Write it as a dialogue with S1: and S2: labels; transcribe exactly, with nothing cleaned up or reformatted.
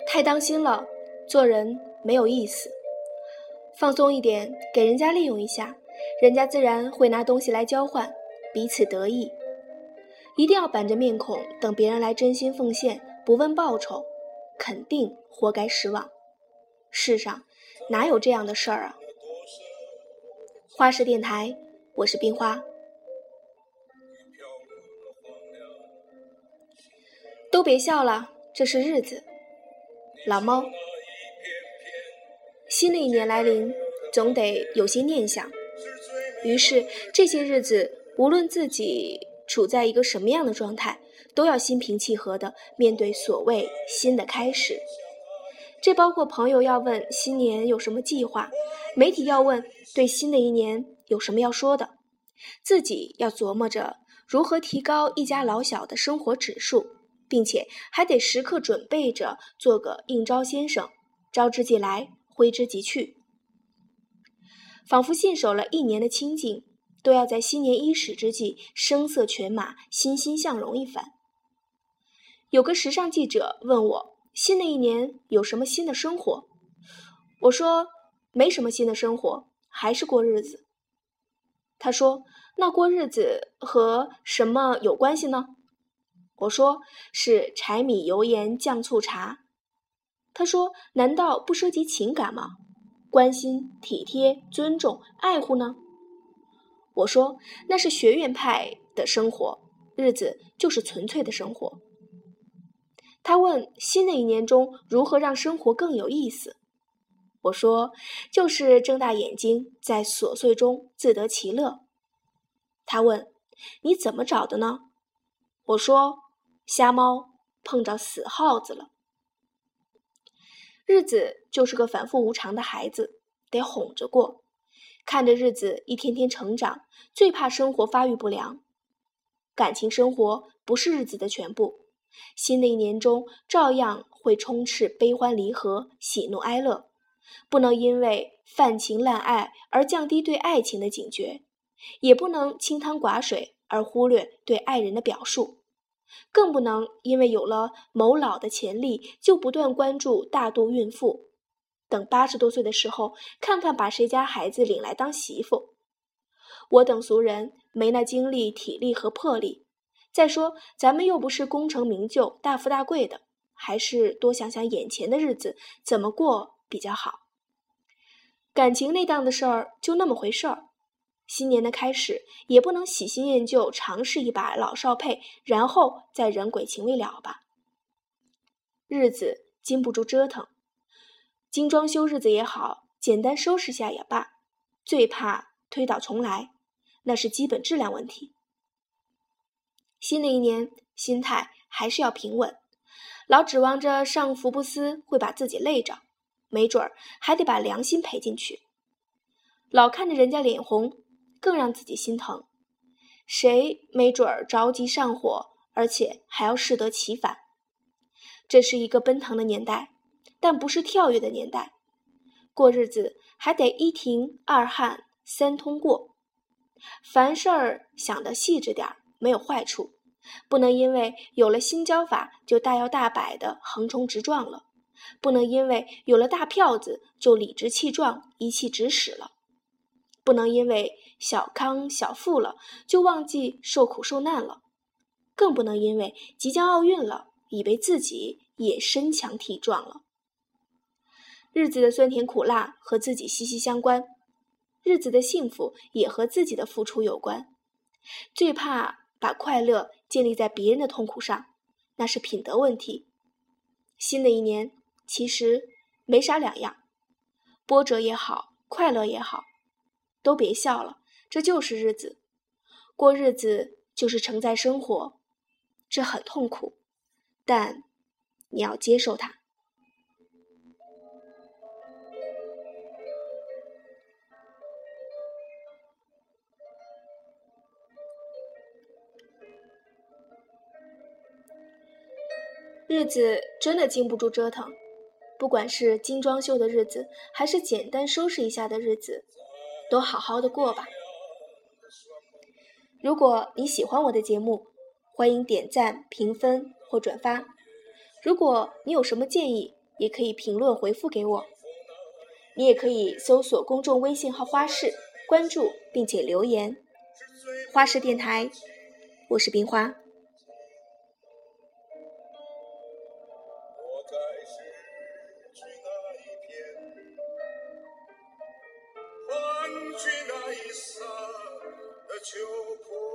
S1: 太当心了，做人没有意思。放松一点，给人家利用一下，人家自然会拿东西来交换，彼此得意。一定要板着面孔等别人来真心奉献，不问报酬，肯定活该失望。世上哪有这样的事儿啊？花式电台，我是冰花。都别笑了，这是日子。老猫。新的一年来临，总得有些念想。于是这些日子，无论自己处在一个什么样的状态，都要心平气和地面对所谓新的开始。这包括朋友要问新年有什么计划，媒体要问对新的一年有什么要说的，自己要琢磨着如何提高一家老小的生活指数，并且还得时刻准备着做个应招先生，招之即来，挥之即去。仿佛信守了一年的清静，都要在新年伊始之际声色犬马，欣欣向荣一番。有个时尚记者问我，新的一年有什么新的生活？我说没什么新的生活，还是过日子。他说那过日子和什么有关系呢？我说是柴米油盐酱醋茶。他说难道不涉及情感吗？关心、体贴、尊重、爱护呢？我说那是学院派的生活，日子就是纯粹的生活。他问新的一年中如何让生活更有意思？我说就是睁大眼睛，在琐碎中自得其乐。他问你怎么找的呢？我说瞎猫碰着死耗子了。日子就是个反复无常的孩子，得哄着过，看着日子一天天成长，最怕生活发育不良。感情生活不是日子的全部，新的一年中照样会充斥悲欢离合、喜怒哀乐，不能因为泛情滥爱而降低对爱情的警觉，也不能清汤寡水而忽略对爱人的表述，更不能因为有了某老的潜力就不断关注大肚孕妇，等八十多岁的时候看看把谁家孩子领来当媳妇。我等俗人没那精力、体力和魄力，再说咱们又不是功成名就、大富大贵的，还是多想想眼前的日子怎么过比较好。感情那档的事儿就那么回事儿，新年的开始也不能喜新厌旧，尝试一把老少配，然后再人鬼情未了吧。日子经不住折腾，精装修日子也好，简单收拾下也罢，最怕推倒重来，那是基本质量问题。新的一年心态还是要平稳，老指望着上福布斯会把自己累着，没准儿还得把良心赔进去。老看着人家脸红，更让自己心疼。谁没准儿着急上火，而且还要适得其反。这是一个奔腾的年代，但不是跳跃的年代。过日子还得一停二焊三通过，凡事儿想得细致点，没有坏处。不能因为有了新教法就大摇大摆的横冲直撞了，不能因为有了大票子就理直气壮一气指使了，不能因为小康小富了就忘记受苦受难了，更不能因为即将奥运了以为自己也身强体壮了。日子的酸甜苦辣和自己息息相关，日子的幸福也和自己的付出有关。最怕把快乐建立在别人的痛苦上，那是品德问题。新的一年其实没啥两样，波折也好，快乐也好，都别笑了，这就是日子。过日子就是承载生活，这很痛苦，但你要接受它。日子真的经不住折腾，不管是精装修的日子，还是简单收拾一下的日子，都好好的过吧。如果你喜欢我的节目，欢迎点赞、评分或转发。如果你有什么建议， 也可以评论回复给我。你也可以搜索公众微信号花式，关注并且留言。花式电台，我是冰花。
S2: 我在失去那一片，换取那一刹的秋波。